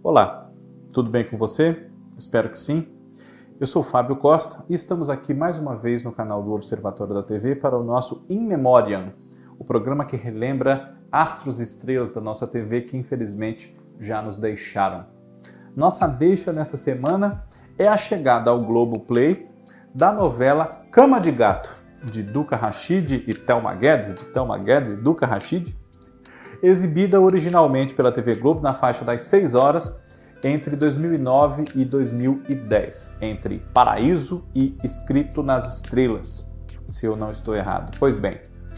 Olá, tudo bem com você? Espero que sim. Eu sou Fábio Costa e estamos aqui mais uma vez no canal do Observatório da TV para o nosso In Memoriam, o programa que relembra astros e estrelas da nossa TV que infelizmente já nos deixaram. Nossa deixa nessa semana é a chegada ao Globoplay da novela Cama de Gato, de Duca Rachid e Thelma Guedes, e Duca Rachid, exibida originalmente pela TV Globo na faixa das 6 horas entre 2009 e 2010, entre Paraíso e Escrito nas Estrelas, se eu não estou errado. Pois bem,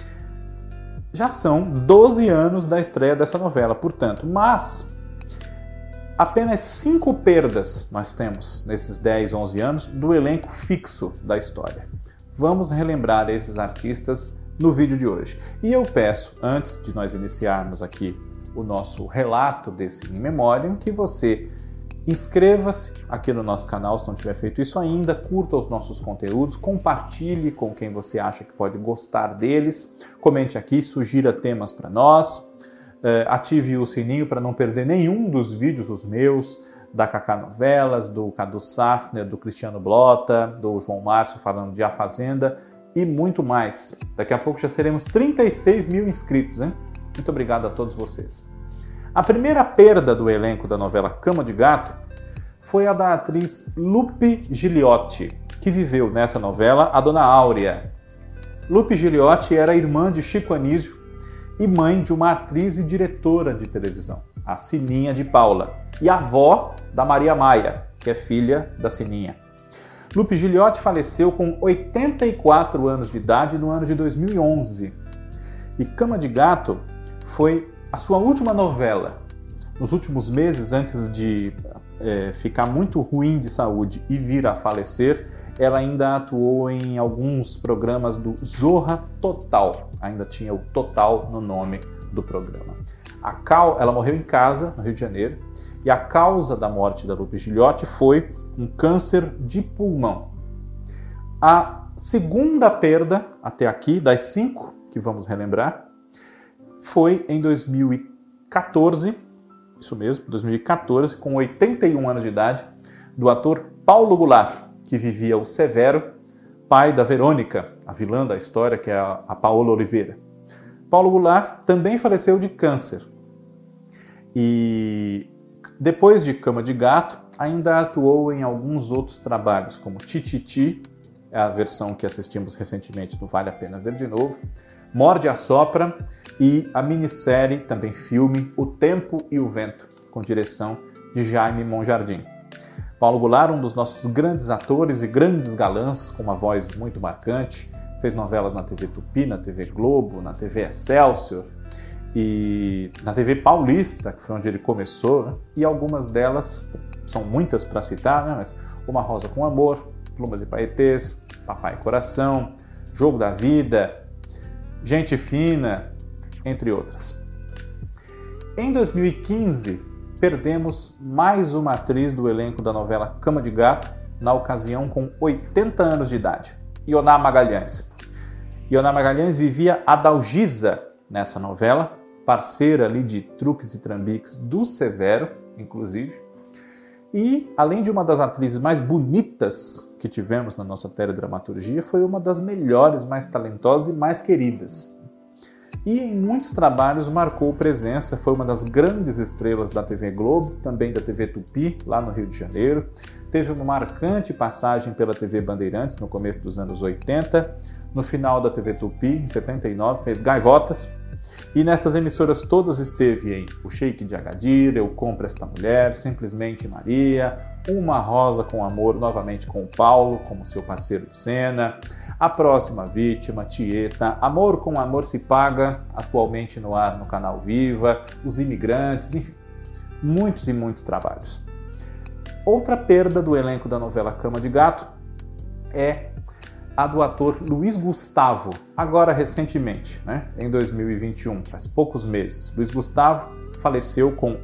já são 12 anos da estreia dessa novela, portanto, mas apenas 5 perdas nós temos nesses 10, 11 anos do elenco fixo da história. Vamos relembrar esses artistas no vídeo de hoje. E eu peço, antes de nós iniciarmos aqui o nosso relato desse In Memoriam, que você inscreva-se aqui no nosso canal, se não tiver feito isso ainda, curta os nossos conteúdos, compartilhe com quem você acha que pode gostar deles, comente aqui, sugira temas para nós, ative o sininho para não perder nenhum dos vídeos, os meus, da Cacá Novelas, do Cadu Safner, do Cristiano Blota, do João Márcio falando de A Fazenda e muito mais. Daqui a pouco já seremos 36 mil inscritos, hein? Muito obrigado a todos vocês. A primeira perda do elenco da novela Cama de Gato foi a da atriz Lupe Gigliotti, que viveu nessa novela a Dona Áurea. Lupe Gigliotti era irmã de Chico Anísio e mãe de uma atriz e diretora de televisão, a Sininha de Paula, e avó da Maria Maia, que é filha da Sininha. Lupe Gigliotti faleceu com 84 anos de idade no ano de 2011. E Cama de Gato foi a sua última novela. Nos últimos meses, antes de ficar muito ruim de saúde e vir a falecer, ela ainda atuou em alguns programas do Zorra Total. Ainda tinha o Total no nome do programa. Ela morreu em casa, no Rio de Janeiro, e a causa da morte da Lupe Gigliotti foi um câncer de pulmão. A segunda perda, até aqui, das 5 que vamos relembrar, foi em 2014, isso mesmo, 2014, com 81 anos de idade, do ator Paulo Goulart, que vivia o Severo, pai da Verônica, a vilã da história, que é a Paola Oliveira. Paulo Goulart também faleceu de câncer. E depois de Cama de Gato, ainda atuou em alguns outros trabalhos, como Tititi, é a versão que assistimos recentemente do Vale a Pena Ver de Novo, Morde a Sopra e a minissérie, também filme, O Tempo e o Vento, com direção de Jaime Monjardim. Paulo Goulart, um dos nossos grandes atores e grandes galãs, com uma voz muito marcante, fez novelas na TV Tupi, na TV Globo, na TV Excelsior, e na TV Paulista, que foi onde ele começou, né? E algumas delas, são muitas para citar, né? Mas Uma Rosa com Amor, Plumas e Paetês, Papai Coração, Jogo da Vida, Gente Fina, entre outras. Em 2015, perdemos mais uma atriz do elenco da novela Cama de Gato, na ocasião com 80 anos de idade, Ioná Magalhães. Ioná Magalhães vivia a Dalgisa nessa novela, parceira ali de truques e trambiques do Severo, inclusive. E, além de uma das atrizes mais bonitas que tivemos na nossa teledramaturgia, foi uma das melhores, mais talentosas e mais queridas. E em muitos trabalhos marcou presença, foi uma das grandes estrelas da TV Globo, também da TV Tupi, lá no Rio de Janeiro. Teve uma marcante passagem pela TV Bandeirantes no começo dos anos 80. No final da TV Tupi, em 79, fez Gaivotas. E nessas emissoras todas esteve em O Sheik de Agadir, Eu Compro Esta Mulher, Simplesmente Maria, Uma Rosa com Amor, novamente com o Paulo, como seu parceiro de cena, A Próxima Vítima, Tieta, Amor com Amor se Paga, atualmente no ar no canal Viva, Os Imigrantes, enfim, muitos e muitos trabalhos. Outra perda do elenco da novela Cama de Gato é a do ator Luiz Gustavo, agora recentemente, né, em 2021, faz poucos meses. Luiz Gustavo faleceu com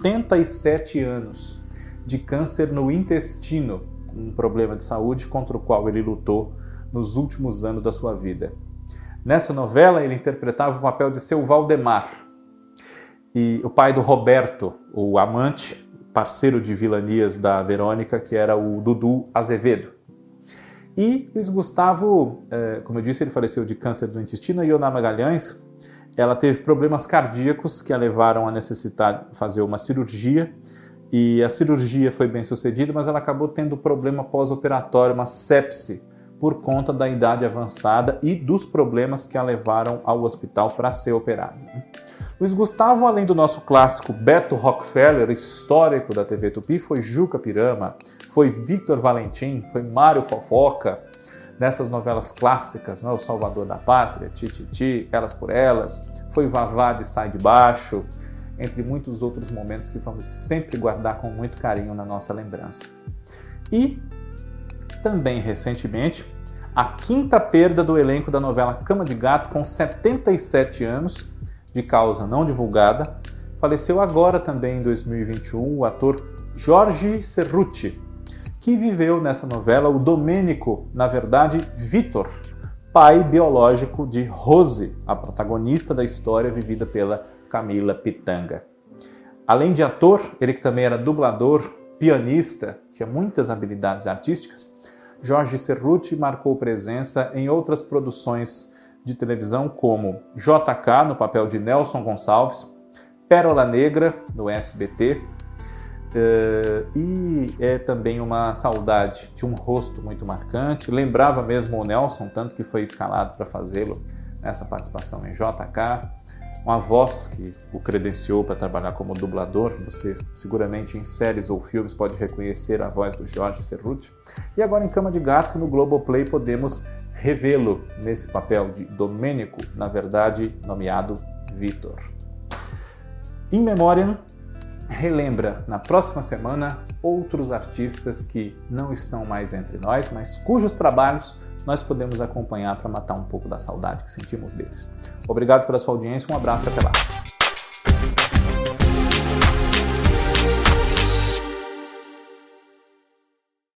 87 anos de câncer no intestino, um problema de saúde contra o qual ele lutou nos últimos anos da sua vida. Nessa novela, ele interpretava o papel de seu Valdemar, e o pai do Roberto, o amante, parceiro de vilanias da Verônica, que era o Dudu Azevedo. E Luiz Gustavo, como eu disse, ele faleceu de câncer do intestino. A Ioná Magalhães, ela teve problemas cardíacos que a levaram a necessitar fazer uma cirurgia, e a cirurgia foi bem sucedida, mas ela acabou tendo problema pós-operatório, uma sepse, por conta da idade avançada e dos problemas que a levaram ao hospital para ser operada. Luiz Gustavo, além do nosso clássico Beto Rockefeller, histórico da TV Tupi, foi Juca Pirama, foi Victor Valentim, foi Mário Fofoca, nessas novelas clássicas, O Salvador da Pátria, Tititi, Elas por Elas, foi Vavá de Sai de Baixo, entre muitos outros momentos que vamos sempre guardar com muito carinho na nossa lembrança. E também recentemente, a 5ª perda do elenco da novela Cama de Gato, com 77 anos, de causa não divulgada. Faleceu agora também em 2021 o ator Jorge Cerruti, que viveu nessa novela o Domênico, na verdade, Vitor, pai biológico de Rose, a protagonista da história vivida pela Camila Pitanga. Além de ator, ele que também era dublador, pianista, tinha muitas habilidades artísticas, Jorge Cerruti marcou presença em outras produções de televisão como JK, no papel de Nelson Gonçalves, Pérola Negra, no SBT, e é também uma saudade de um rosto muito marcante, lembrava mesmo o Nelson, tanto que foi escalado para fazê-lo nessa participação em JK, uma voz que o credenciou para trabalhar como dublador. Você seguramente em séries ou filmes pode reconhecer a voz do Jorge Cerruti. E agora em Cama de Gato, no Globoplay, podemos revê-lo nesse papel de Domênico, na verdade nomeado Vitor. In Memoriam relembra na próxima semana outros artistas que não estão mais entre nós, mas cujos trabalhos nós podemos acompanhar para matar um pouco da saudade que sentimos deles. Obrigado pela sua audiência, um abraço e até lá.